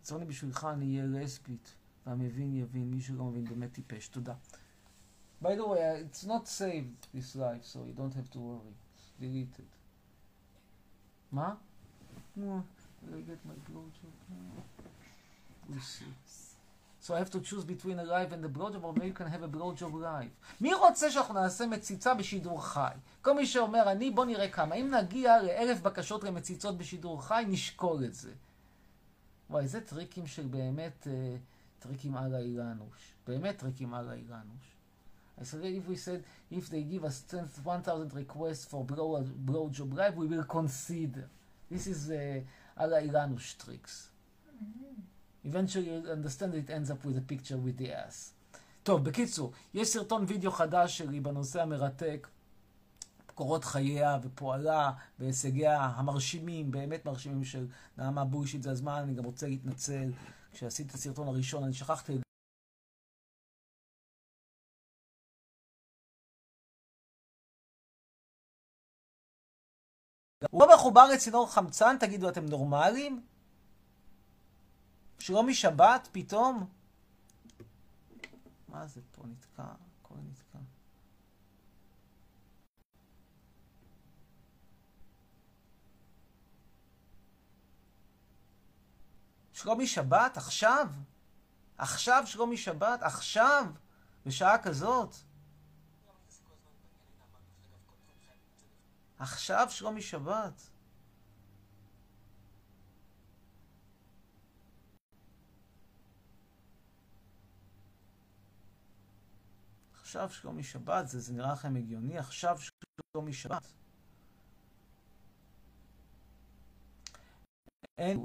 צורני בשבילך אני אהיה לסבית, והמבין יבין, מי שלא מבין באמת טיפש. תודה. By the way, it's not saved this life, so you don't have to worry. It's deleted. מה? I get my blowjob now. We'll see. So I have to choose between a live and a blowjob, or maybe you can have a blowjob live. מי רוצה שאנחנו נעשה מציצה בשידור חי? כל מי שאומר, בוא נראה כמה. אם נגיע ל1,000 בקשות למציצות בשידור חי, נשקול את זה. וואי, זה טריקים של באמת טריקים על האילנוש. באמת טריקים על האילנוש. I said, if we said, if they give us 1,000 requests for blowjob live, we will consider. This is על האילנוש tricks. Eventually you'll understand it ends up with a picture with the ass. טוב, בקיצור, יש סרטון וידאו חדש שלי בנושא המרתק, קורות חייה ופועלה והישגיה המרשימים, באמת מרשימים של נעמה בולשיט. זה הזמן, אני גם רוצה להתנצל. כשעשיתי את הסרטון הראשון, אני שכחתי הוא לא מחובר לצינור חמצן, תגידו, אתם נורמליים? שלומי שבת פתאום? מה זה פה נתקע? הכל נתקע. שלומי שבת? עכשיו? עכשיו שלומי שבת? עכשיו? בשעה כזאת? עכשיו שלומי שבת? עכשיו שלומי שבת, זה נראה לכם הגיוני? עכשיו שלומי שבת. אין.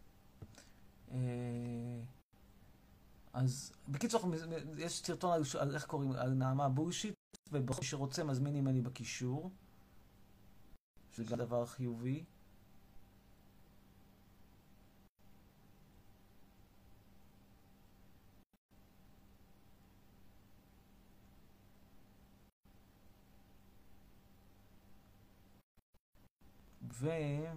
אז בקיצור, יש סרטון על איך קוראים, על נעמה בולשיט, ובכל שרוצה מזמין ממני בקישור. זה גם דבר חיובי. ו...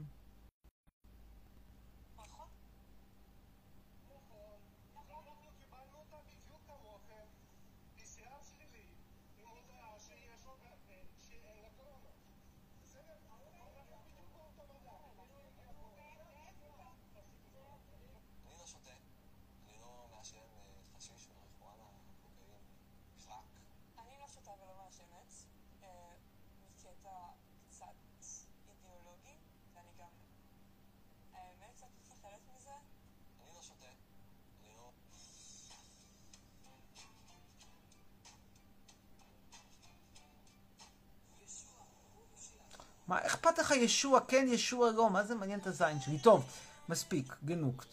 מה, אכפת לך ישוע כן, ישוע לא? מה זה מעניין את הזין שלי? טוב, מספיק, גנוקט.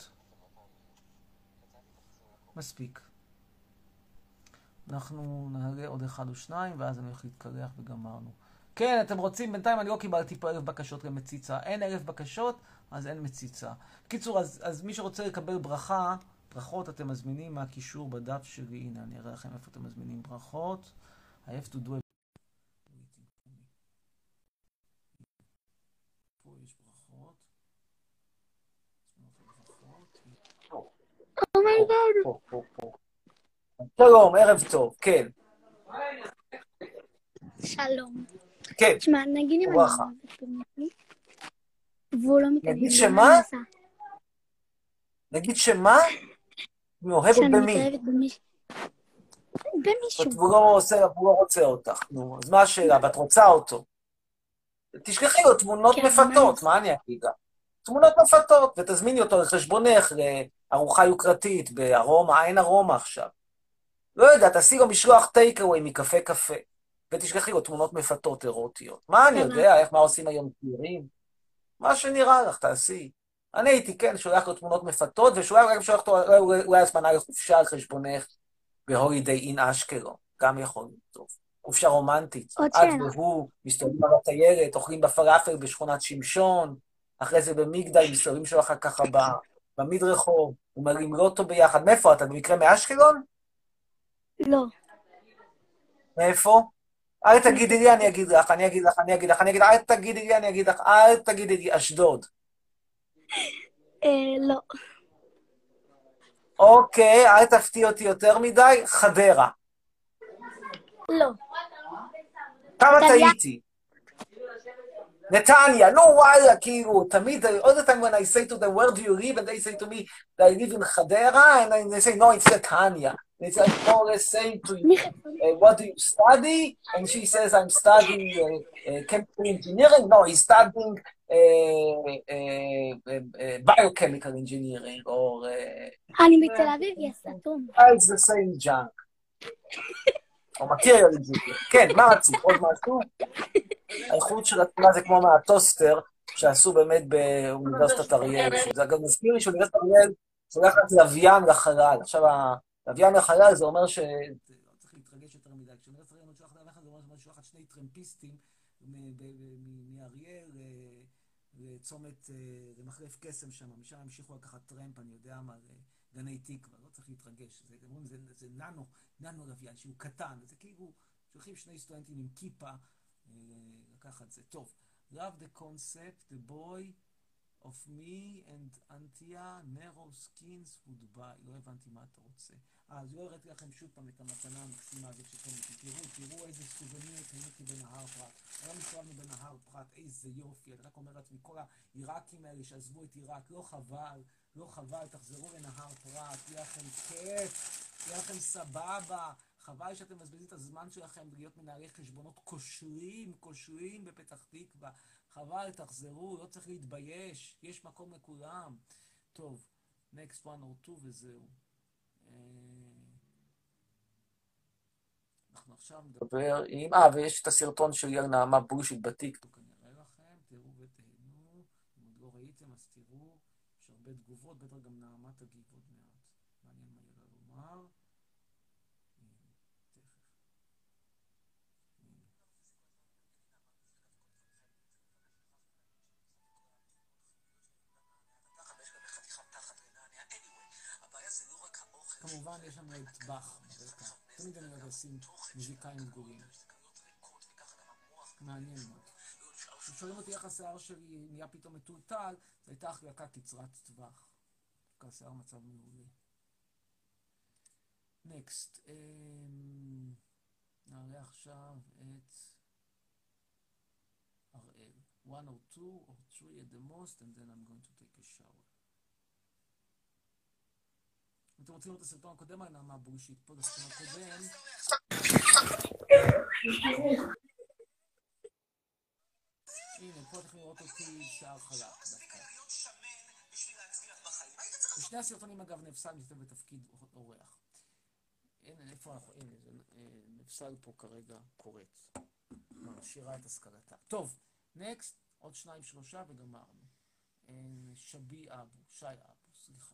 מספיק. אנחנו נעלה עוד אחד או שניים, ואז אני הולך להתקלח וגמרנו. כן, אתם רוצים, בינתיים אני לא קיבלתי פה 1,000 בקשות למציצה. אין 1,000 בקשות, אז אין מציצה. בקיצור, אז מי שרוצה לקבל ברכה, ברכות אתם מזמינים מהקישור בדף שלי. הנה, אני אראה לכם איפה אתם מזמינים ברכות. I have to do a... פה יש ברכות. שלום, ערב טוב, כן. שלום. כן. תשמע, נגיד אם אני אוהבת במישהו, והוא לא מתעניין. נגיד שמה? נגיד שמה? אני אוהבת במי? שאני מתאהבת במישהו. במישהו. והוא לא רוצה אותך. נו, אז מה השאלה? ואת רוצה אותו? תשכחי לו תמונות מפתות, מה אני אגיד לה? תמונות מפתות, ותזמיני אותו לחשבונך, לארוחה יוקרתית בארומה, אין ארומה עכשיו. לא יודע, תעשי לו משלוח טייקאווי מקפה קפה, ותשכחי לו תמונות מפתות אירוטיות. מה אני יודע, מה עושים היום צעירים? מה שנראה לך, תעשי. אני הייתי, כן, שולח לו תמונות מפתות, ושולח גם שולח אותו, אולי הזמנה לחופשה על חשבונך בהולידיי אין אשקלון, גם יכול להיות טוב. חופשה רומנטית. את והוא מסתובבים על הטיילת, אוכלים בפלאפל בשכונת שמשון, אחרי זה במגדל, מסתובבים שלו אחר ככה במדרחוב, ומראים לוטו ביחד. מאיפה אתה? במקרה מאשקלון? לא. מאיפה? אל תגידי לי, אני אגיד לך, אל תגידי לי, אני אגיד לך, אל תגידי לי, אשדוד. לא. אוקיי, אל תפתיע אותי יותר מדי, חדרה. לא. כמה נתניה. טעיתי? נתניה, נו וואלה, כאילו, תמיד, all the time when I say to them, where do you live? And they say to me, that I live in Khadera, and then they say, no, it's Netanya. And it's like more or less saying to you, what do you study? And she says, I'm studying chemical engineering. No, he's studying biochemical engineering, or... אני מתל אביב, יסתום. it's the same junk. או material engineering. כן, מה רצית? עוד משהו? האיכות של התמונה זה כמו מהטוסטר, שעשו באמת באוניברסיטת אריאל. זה גם מזכיר לי שאוניברסיטת אריאל שולחת לוויין לחלל. עכשיו, הלוויין לחלל זה אומר ש... לא צריך להתרגש יותר מדי. כשאוניברסיטת אריאל שולחת ללכת, זה אומר ששולחת שני טרמפיסטים מאריאל לצומת, למחלף קסם שם. משם המשיכו לקחת טרמפ, אני יודע מה, גני תקווה. לא צריך להתרגש. זה ננו לוויין, שהוא קטן. זה כאילו, שולחים שני סטודנטים עם כיפה, לקחת זה. טוב, love the concept, the boy of me and Antia, narrow skins, goodbye. לא הבנתי מה אתה רוצה. אז לא הראיתי לכם שוב פעם את המתנה המקסימה הזאת שקניתי. תראו איזה סובניר קניתי בנהר פרת. היום הסתובבנו בנהר פרת, איזה יופי. אני רק אומר לעצמי, כל העיראקים האלה שעזבו את עיראק, לא חבל, תחזרו לנהר פרת, יהיה לכם כיף, יהיה לכם סבבה. חבל שאתם מבזבזים את הזמן שלכם להיות מנהלי חשבונות כושלים בפתח תקווה. חבל, תחזרו, לא צריך להתבייש, יש מקום לכולם. טוב, next one or two וזהו. אנחנו עכשיו נדבר עם... ויש את הסרטון של יאיר נעמה בולשיט בטיקטוק. אני אראה לכם, תראו ותהנו. אם עוד לא ראיתם, אז תראו. יש הרבה תגובות, בטח גם נעמה תגיב עוד מעט. מעניין מה יהיה לה לומר. כמובן יש לנו את באך ברקע. תמיד אני אוהב לשים מוזיקאים גדולים. מעניין מאוד. כששואלים אותי איך השיער שלי נהיה פתאום מטולטל, זו הייתה החלקה קצרת טווח. דווקא השיער מצב מעולה. נקסט. נעלה עכשיו את הראל. 1 or 2 or 3 at the most, and then I'm going to take a shower. אם אתם רוצים לראות את הסרטון הקודם, אני נעמה בולשיט פה בסרטון הקודם. הנה, פה אתם לראות אותי שער חלק דווקא. בשני הסרטונים אגב נפסל משתתף בתפקיד אורח. איפה אנחנו? הנה, נפסל פה כרגע קורץ. משאירה את השכלתה. טוב, נקסט, עוד 2-3 וגמרנו. שי אבו, סליחה.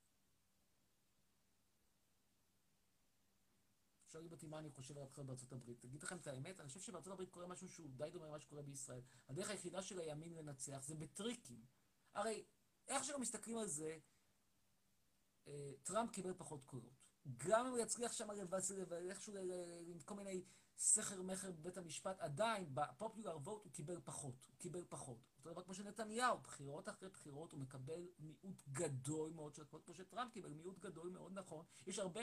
שואלים אותי מה אני חושב על הבחירות בארצות הברית. תגיד לכם את האמת, אני חושב שבארצות הברית קורה משהו שהוא די דומה למה שקורה בישראל. הדרך היחידה של הימין לנצח זה בטריקים. הרי, איך שלא מסתכלים על זה, טראמפ קיבל פחות קולות. גם אם הוא יצליח שם איכשהו עם כל מיני סחר מחר בבית המשפט, עדיין בפופולר ווט הוא קיבל פחות. אותו דבר כמו שנתניהו, בחירות אחרי בחירות הוא מקבל מיעוט גדול מאוד של קולות, כמו שטראמפ קיבל מיעוט גדול מאוד, נכון. יש הרבה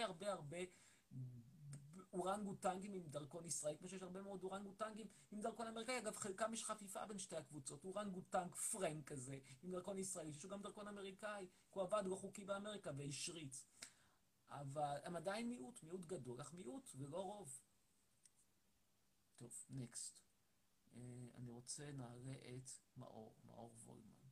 אורנגוטנגים עם דרכון ישראלי, כמו שיש הרבה מאוד אורנגוטנגים עם דרכון אמריקאי. אגב, חלקם יש חפיפה בין שתי הקבוצות. אורנגוטנג פרנק כזה, עם דרכון ישראלי, שיש גם דרכון אמריקאי, הוא עבד לא חוקי באמריקה והשריץ. אבל הם עדיין מיעוט גדול, אך מיעוט ולא רוב. טוב, נקסט. אני רוצה נעלה את מאור וולמן.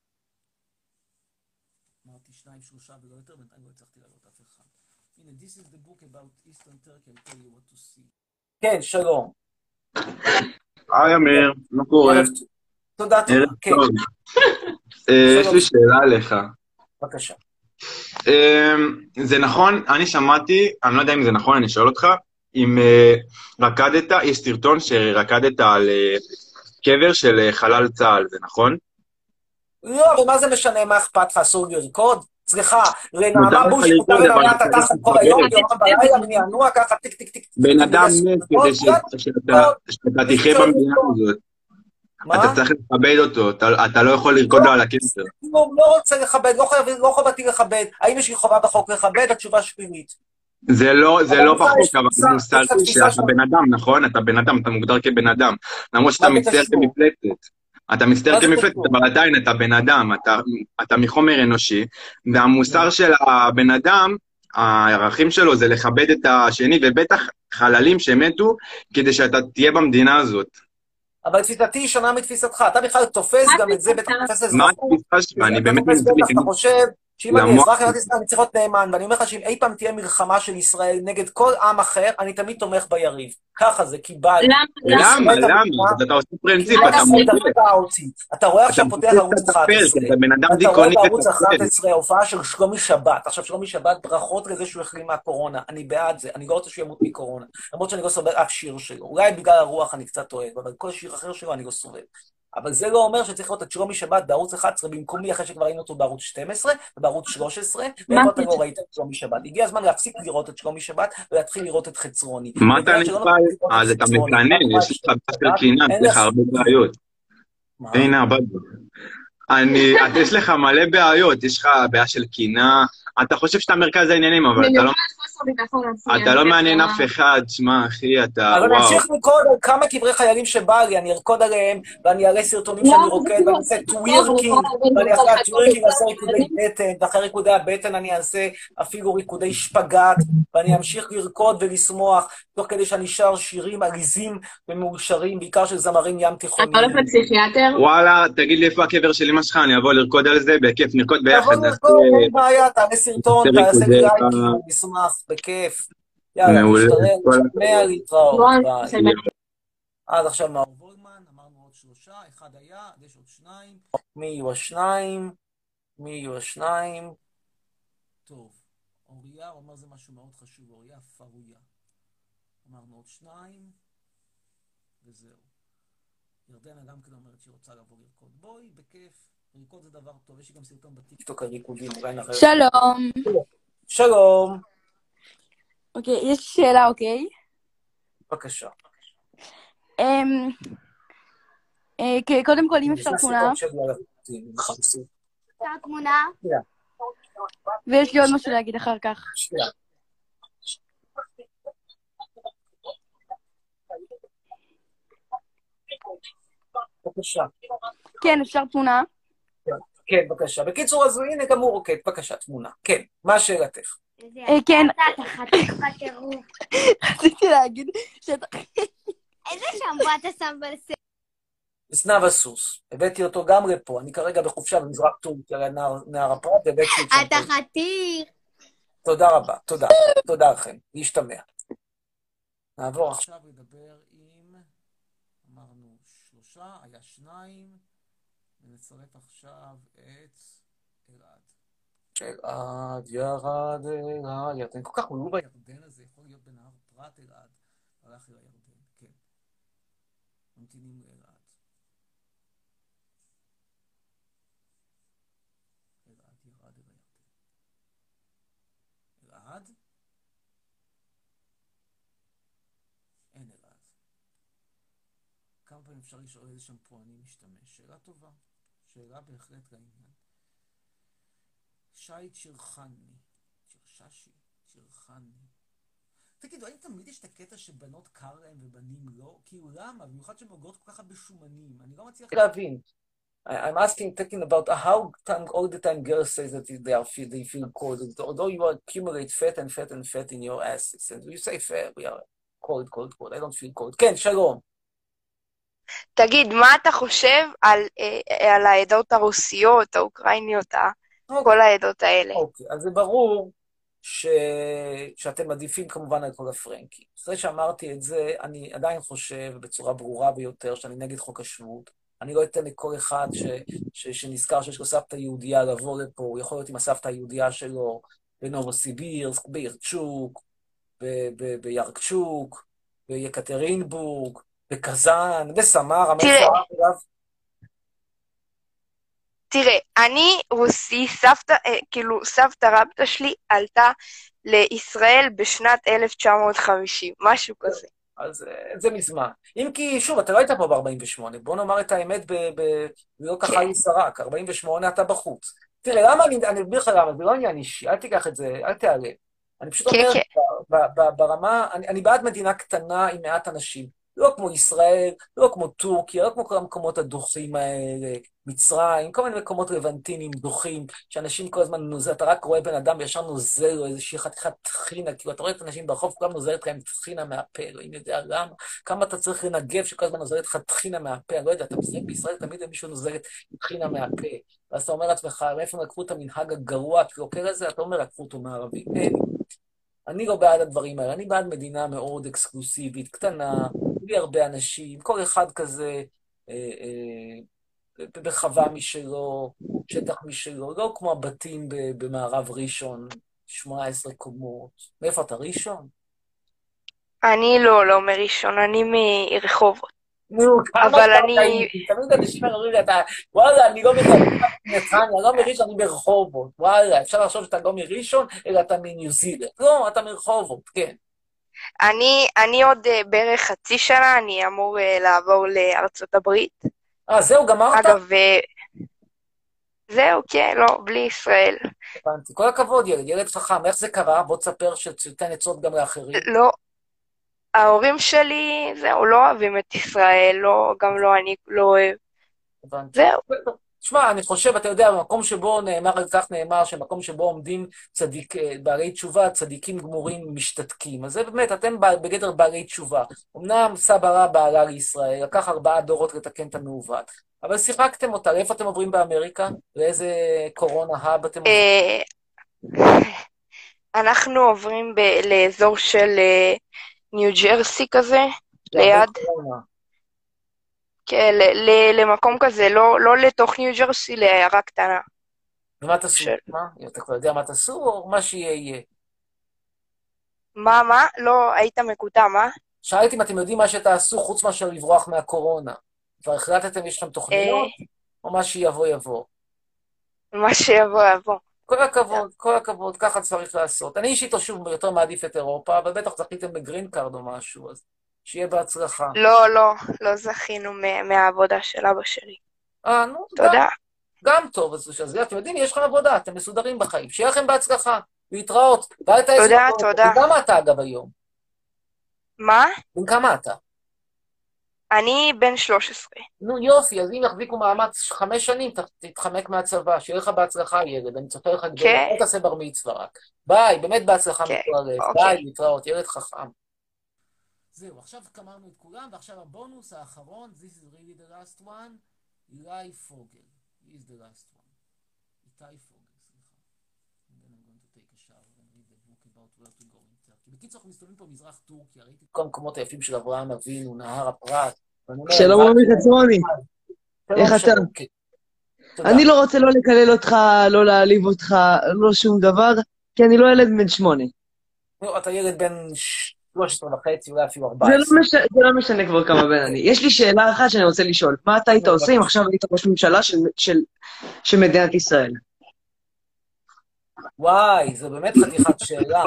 אמרתי 2-3 ולא יותר, בינתיים לא הצלחתי לעלות אף אחד. הנה, this is the book about Eastern Turkey, I'll tell you what to see. כן, שלום. היי אמיר, מה קורה? תודה. כן. יש לי שאלה עליך. בבקשה. זה נכון, אני שמעתי, אני לא יודע אם זה נכון, אני שואל אותך, אם רקדת, יש סרטון שרקדת על קבר של חלל צה"ל, זה נכון? לא, ומה זה משנה, מה אכפת לך, אסור לרקוד? סליחה, לנעמה בולשיט, אתה ונעמה אתה טסת כל היום, יום בלילה, ונענוע ככה, טיק טיק טיק. בן אדם מת כדי שאתה תחיה במדינה הזאת. אתה מה? צריך לכבד אותו, אתה לא יכול לרקוד לו על הקבר. לא רוצה לכבד, לא חובתי לכבד. האם יש לי חובה בחוק לכבד? התשובה שלילית. זה אבל לא לך בחוק, יש אבל זה תפיסה, מוסרי יש לך תפיסה שאתה של... בן אדם, נכון? אתה בן אדם, אתה מוגדר כבן אדם. למרות שאתה מה זה מצטייר קשור? כמפלצת. אתה מצטייר מה זה כמפלצת, קשור? אבל עדיין אתה בן אדם, אתה מחומר אנושי, והמוסר נו. של הבן אדם, הערכים שלו זה לכבד את השני, ובטח חללים שמתו, כדי שאתה תהיה במדינה הזאת. אבל תפיסתי היא שונה מתפיסתך. אתה בכלל תופס גם את זה, בטח תופס מה אזרחות. התפיסה שלך? אני אתה באמת תופס בטח, אתה חושב שאם אני למוח. אזרח מדינת ישראל, אני צריך להיות נאמן, ואני אומר לך שאם אי פעם תהיה מלחמה של ישראל נגד כל עם אחר, אני תמיד תומך ביריב. ככה זה, כי בא לי. למה? אז אתה עושה פרינציפ, אתה אתה מוטה. תקטע אותי. אתה רואה אתה עכשיו פותח מוטה ערוץ את הפר, 11. אתה בן אדם אתה רואה דיכאוני בערוץ ותפל. 11 הופעה של שלומי שבת. עכשיו, שלומי שבת, ברכות לזה שהוא החלים מהקורונה. אני בעד זה. אני לא רוצה שהוא ימות מקורונה. למרות שאני לא סובל אף שיר שלו. אולי בגלל הרוח אני קצת אוהב, אבל כל שיר אחר שלו אני לא סובל. אבל זה לא אומר שצריך לראות את שלומי שבת בערוץ 11 במקומי אחרי שכבר ראינו אותו בערוץ 12 ובערוץ 13, ואיפה אתה לא ראית את שלומי שבת. הגיע הזמן להפסיק לראות את שלומי שבת ולהתחיל לראות את חצרוני. מה אתה נתפל? אז אתה מקנן, יש לך בעיה של קנאה, יש לך הרבה בעיות. הנה, יש לך מלא בעיות, יש לך בעיה של קנאה, אתה חושב שאתה מרכז העניינים, אבל אתה לא מעניין אף אחד, שמע, אחי, אתה, אבל אני וואו. אמשיך לרקוד על כמה קברי חיילים שבא לי, אני ארקוד עליהם, ואני אעלה סרטונים שאני רוקד, ואני אעשה טווירקינג, ואני אעשה טווירקינג, אעשה ריקודי בטן, ואחרי ריקודי הבטן אני אעשה אפילו ריקודי שפגאט, ואני אמשיך לרקוד ולשמוח, תוך כדי שאני שר שירים עליזים ומאושרים, בעיקר של זמרים ים תיכוניים. אתה הולך לפסיכיאטר? וואלה, תגיד לי איפה הקבר של אמא שלך, אני אבוא לרקוד על זה, בכיף, נרקוד ביחד. תבוא לרקוד, אין בעיה, תעלה סרטון, תעשה לי לייקים, נשמח, בכיף. יאללה, משתרן, להתראות. עד עכשיו מאור וולמן, אמרנו עוד 3, אחד היה, יש עוד 2. מי יהיו השניים? מי יהיו השניים? טוב, אוריה אומר זה משהו מאוד חשוב, אוריה פרויה. אמרנו עוד 2, וזהו. ירדנה גם כן אומרת שהיא רוצה לבוא לרקוד. בואי, בכיף. לרקוד זה דבר טוב, יש לי גם סרטון בטיקטוק על ריקודים. שלום. שלום. אוקיי, יש לי שאלה, אוקיי? בבקשה. קודם כל, אם אפשר תמונה. אפשר תמונה? ויש לי עוד משהו להגיד אחר כך. בבקשה. כן, אפשר תמונה? כן, בבקשה. בקיצור, אז הנה גם הוא רוקד. בבקשה, תמונה. כן, מה שאלתך? כן. אתה חתיך בטירוף. רציתי להגיד שאתה... איזה שמבו אתה שם בלסה? זנב הסוס. הבאתי אותו גם לפה. אני כרגע בחופשה במזרח טורקיה, נהר הפרת, הבאתי את שם. אתה חתיך. תודה רבה, תודה. תודה לכם. להשתמע. נעבור עכשיו לדבר עם... אמרנו 3, היה 2, ונצרף עכשיו את אלעד. אלעד, ירד, אלעד, ירדן. כל כך הוא לא בירדן הזה, יכול להיות בנהר פרת אלעד. הלך אל הירדן, כן. ממתינים לאלעד. אלעד ירד אל הירדן. אלעד? אין אלעד. כמה פעמים אפשר לשאול איזה שמפו אני משתמש? שאלה טובה. שאלה בהחלט לעניין. שי צ'רחני. צ'רששי. צ'רחני. תגידו, האם תמיד יש את הקטע שבנות קר להם ובנים לא? כאילו למה? במיוחד שבוגרות כל כך הרבה שומנים. אני לא מצליח להבין. I'm asking, talking about how all the time girls say that they feel cold. Although you accumulate fat and fat and fat in your asses. And you say fat, we are cold, cold, cold. I don't feel cold. כן, שלום. תגיד, מה אתה חושב על העדות הרוסיות, האוקראיניות, כל העדות האלה? אוקיי, אז זה ברור שאתם עדיפים כמובן על כל הפרנקים. אחרי שאמרתי את זה, אני עדיין חושב בצורה ברורה ביותר שאני נגד חוק השבות. אני לא אתן לכל אחד שנזכר שיש לו סבתא יהודייה לבוא לפה, הוא יכול להיות עם הסבתא היהודייה שלו בנובוסיבירסק, בירצ'וק, בירקצ'וק, ביקטרינבורג, בקזאן, בסמרה, תראה, אני רוסי, סבתא רבתא שלי עלתה לישראל בשנת 1950, משהו כזה. אז זה מזמן. אם כי, שוב, אתה לא היית פה ב-48, בוא נאמר את האמת, לא ככה כן. לי סרק, 48 אתה בחוץ. תראה, למה אני אסביר לך למה, זה לא עניין אישי, אל תיקח את זה, אל תיעלב. אני פשוט כן, אומר, כן. ברמה, אני בעד מדינה קטנה עם מעט אנשים. לא כמו ישראל, לא כמו טורקיה, לא כמו כל המקומות הדוחים האלה, מצרים, כל מיני מקומות לבנטיניים דוחים, שאנשים כל הזמן נוזל, אתה רק רואה בן אדם וישר נוזל לו איזושהי חתיכת טחינה, כאילו אתה רואה את האנשים ברחוב, כולם נוזלת להם טחינה מהפה, לא יודע למה, כמה אתה צריך לנגב שכל הזמן נוזלת לך טחינה מהפה, אני לא יודע, אתה מסתכל בישראל, תמיד למישהו נוזלת טחינה מהפה, ואז אתה אומר לעצמך, מאיפה הם לקחו את המנהג הגרוע, הקלוקל הזה, אתה אומר, לקחו אותו מערבי. אני לא בעד הדברים האלה, אני בעד מדינה מאוד אקסקלוסיבית, קטנה, בלי הרבה אנשים, כל אחד כזה בחווה משלו, שטח משלו, לא כמו הבתים במערב ראשון, 18 קומות. מאיפה אתה, ראשון? אני לא מראשון, אני מרחובות. נו, כמה אבל אתה אני... טעיתי, תמיד אנשים אומרים לי, וואלה, אני לא מנתניה, לא מראשון, אני ברחובות. וואלה, אפשר לחשוב שאתה לא מראשון, אלא אתה מניו זילנד. לא, אתה מרחובות, כן. אני עוד בערך חצי שנה, אני אמור לעבור לארצות הברית. זהו, גמרת? אגב, זהו, כן, לא, בלי ישראל. הבנתי. כל הכבוד, ילד, ילד חכם. איך זה קרה? בוא תספר שתיתן עצות גם לאחרים. לא, ההורים שלי, זהו, לא אוהבים את ישראל, לא, גם לא אני לא אוהב. הבנתי. זהו. תשמע, אני חושב, אתה יודע, במקום שבו נאמר, על כך נאמר, שמקום שבו עומדים בעלי תשובה, צדיקים גמורים משתתקים. אז זה באמת, אתם בגדר בעלי תשובה. אמנם סבא רבא עלה לישראל, לקח 4 דורות לתקן את המעוות, אבל שיחקתם אותה. לאיפה אתם עוברים באמריקה? לאיזה קורונה האב אתם עוברים? אנחנו עוברים לאזור של ניו ג'רסי כזה, זה הרבה ליד. קורונה. כן, למקום כזה, לא לתוך ניו ג'רסי, לעיירה קטנה. ומה תעשו? של... מה? אתה כבר יודע מה תעשו, או מה שיהיה יהיה? מה? לא, היית מקוטע, מה? שאלתי אם אתם יודעים מה שתעשו חוץ מאשר לברוח מהקורונה. כבר החלטתם, יש לכם תוכניות, או מה שיבוא יבוא? מה שיבוא יבוא. כל הכבוד, כל הכבוד, ככה צריך לעשות. אני אישית שוב יותר מעדיף את אירופה, אבל בטח זכיתם בגרין קארד או משהו, אז שיהיה בהצלחה. לא זכינו מהעבודה של אבא שלי. נו, תודה. גם טוב, אז אתם יודעים, יש לכם עבודה, אתם מסודרים בחיים. שיהיה לכם בהצלחה, להתראות. תודה. בן כמה אתה אגב היום? מה? בן כמה אתה? אני בן 13. נו יופי, אז אם יחזיקו מאמץ 5 שנים, תתחמק מהצבא, שיהיה לך בהצלחה ילד, אני צופה לך גדול, אל תעשה בר מצווה רק. ביי, באמת בהצלחה מכל הלב, ביי, להתראות, ילד חכם. זהו, עכשיו גמרנו את כולם, ועכשיו הבונוס האחרון, this is really the last one, אילי פוגל, he is the last one. איתי פוגל, סליחה. And then I'm going to take a shower and read the book about where to go in Turkey. בקיצור, אנחנו מסתובבים פה מזרח טורקיה, ראיתי כל המקומות היפים של אברהם אבינו, נהר הפרת. שלום רבי חצרוני, איך אתה? אני לא רוצה לא לקלל אותך, לא להעליב אותך, לא שום דבר, כי אני לא ילד בן 8. אתה ילד בן 13 וחצי, אולי אפילו 14. זה לא משנה כבר כמה בן אני. יש לי שאלה אחת שאני רוצה לשאול, מה אתה היית עושה אם עכשיו היית ראש ממשלה של מדינת ישראל? וואי, זו באמת חתיכת שאלה.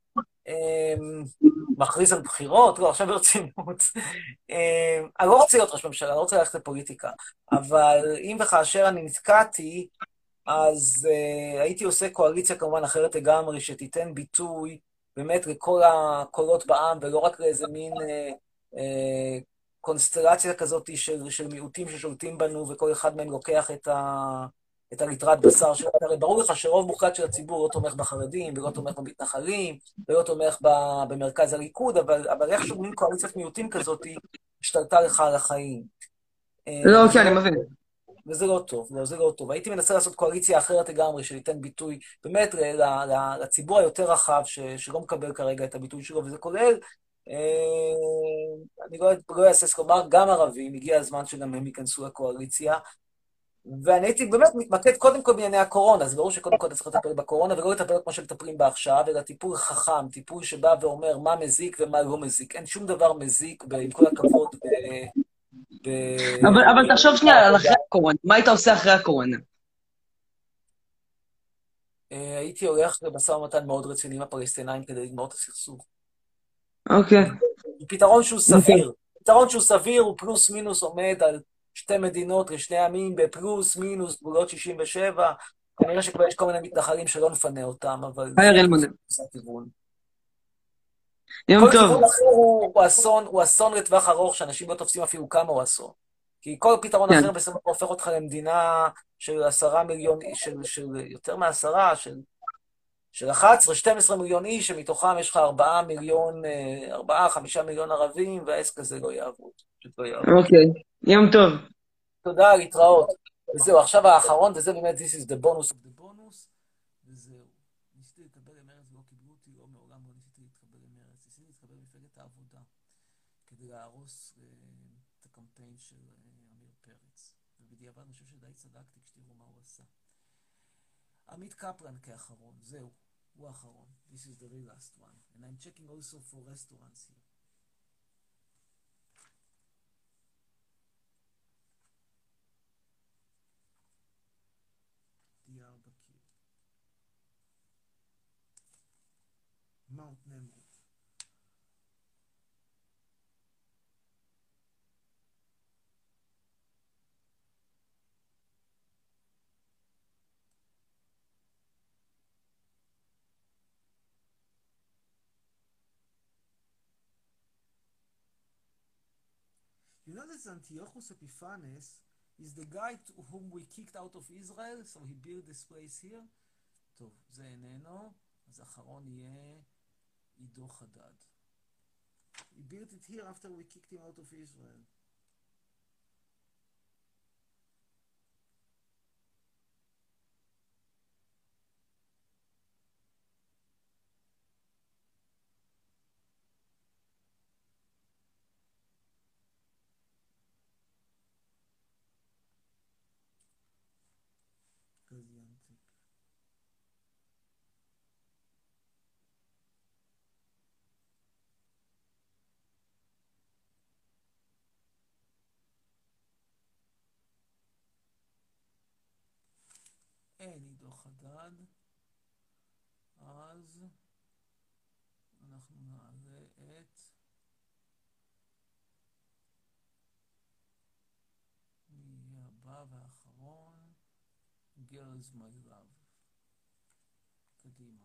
מכריז על בחירות? לא, עכשיו ברצינות. אני לא רוצה להיות ראש ממשלה, אני לא רוצה ללכת לפוליטיקה, אבל אם וכאשר אני נתקעתי, אז הייתי עושה קואליציה כמובן אחרת לגמרי, שתיתן ביטוי באמת לכל הקולות בעם, ולא רק לאיזה מין קונסטלציה כזאת של מיעוטים ששולטים בנו, וכל אחד מהם לוקח את הליטרת בשר שלו. הרי ברור לך שרוב מוחלט של הציבור לא תומך בחרדים, ולא תומך במתנחלים, ולא תומך במרכז הליכוד, אבל איכשהו מין קואליציית מיעוטים כזאת השתלטה לך על החיים. לא, כן, אני מבין. וזה לא טוב, זה לא טוב. הייתי מנסה לעשות קואליציה אחרת לגמרי, שניתן ביטוי באמת לציבור היותר רחב, שלא מקבל כרגע את הביטוי שלו, וזה כולל, אני לא אעשה לומר, גם ערבים, הגיע הזמן שגם הם ייכנסו לקואליציה, ואני הייתי באמת מתמקד קודם כל בענייני הקורונה, אז ברור שקודם כל אתה צריך לטפל בקורונה, ולא לטפל כמו שמטפלים בה עכשיו, אלא טיפול חכם, טיפול שבא ואומר מה מזיק ומה לא מזיק. אין שום דבר מזיק, עם כל הכבוד, אבל תחשוב שנייה על אחרי הקורונה, מה היית עושה אחרי הקורונה? הייתי הולך למשא ומתן מאוד רציני עם הפלסטינאים כדי לגמור את הסכסוך. אוקיי. הוא פתרון שהוא אוקיי. סביר. פתרון שהוא סביר הוא פלוס מינוס עומד על שתי מדינות לשני עמים בפלוס מינוס גבולות 67. כנראה שכבר יש כל מיני מתנחלים שלא נפנה אותם, אבל היי אראל מודל. זה הכיוון. יום כל טוב. כיוון אחר הוא אסון לטווח ארוך, שאנשים לא תופסים אפילו כמה הוא אסון. כי כל פתרון כן. אחר בסוף הופך אותך למדינה של 10 מיליון, של יותר מ10, של 11, 12 מיליון איש, שמתוכם יש לך 4, 5 מיליון ערבים, והעסק הזה לא יעבוד. פשוט לא יעבוד. אוקיי. יום טוב. תודה, להתראות. וזהו, עכשיו האחרון, וזה באמת, this is the bonus of the bonus, וזהו. ניסיתי להתקבל למרץ ולא קיבלו אותי, לא מעולם לא ניסיתי להתקבל למרץ. ניסיתי להתקבל למפלגת העבודה, כדי להרוס את הקמפיין של עמיר פרץ. ובדיעבד אני חושב שדי צדקתי כשתראו מה הוא עשה. עמית קפלן כאחרון, זהו, הוא האחרון. This is the real last one. And I'm checking also for restaurants here. דיארבקיר. מאונט נמרוד. You know that Antiochus Epiphanes is the guy whom we kicked out of Israel, so he built this place here. טוב, זה איננו, אז האחרון יהיה עידו חדד. He built it here after we kicked him out of Israel. גזיינטיק. אין עידו חדד, אז אנחנו נעלה את מי הבא והאחרון, Girls My Love. קדימה.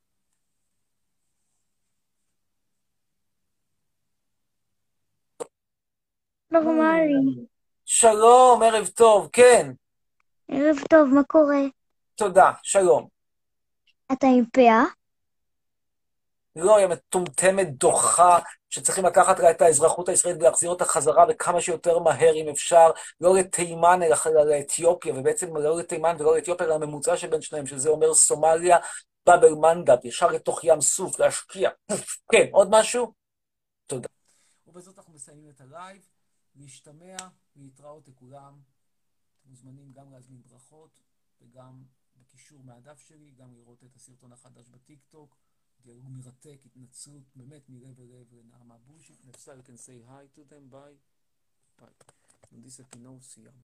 נורמלי. שלום, ערב טוב, כן, ערב טוב, מה קורה? תודה, שלום. אתה עם פאה? לא, היא מטומטמת דוחה, שצריכים לקחת לה את האזרחות הישראלית ולהחזיר אותה חזרה וכמה שיותר מהר אם אפשר, לא לתימן אלא לאתיופיה, ובעצם לא לתימן ולא לאתיופיה, אלא הממוצע שבין שניים, שזה אומר סומליה, באבל מנדב, ישר לתוך ים סוף, להשקיע. כן, עוד משהו? תודה. ובזאת אנחנו מסיימים את הלייב, להשתמע, להתראות לכולם, מוזמנים גם להזמין ברכות, וגם בקישור מהדף שלי, גם לראות את הסרטון החדש בטיק טוק, דיאלוג מרתק, התנצלות, באמת מלב אל לב לנעמה בושי. Next time you can say hi to them, bye. Bye. And this is Pinocchio.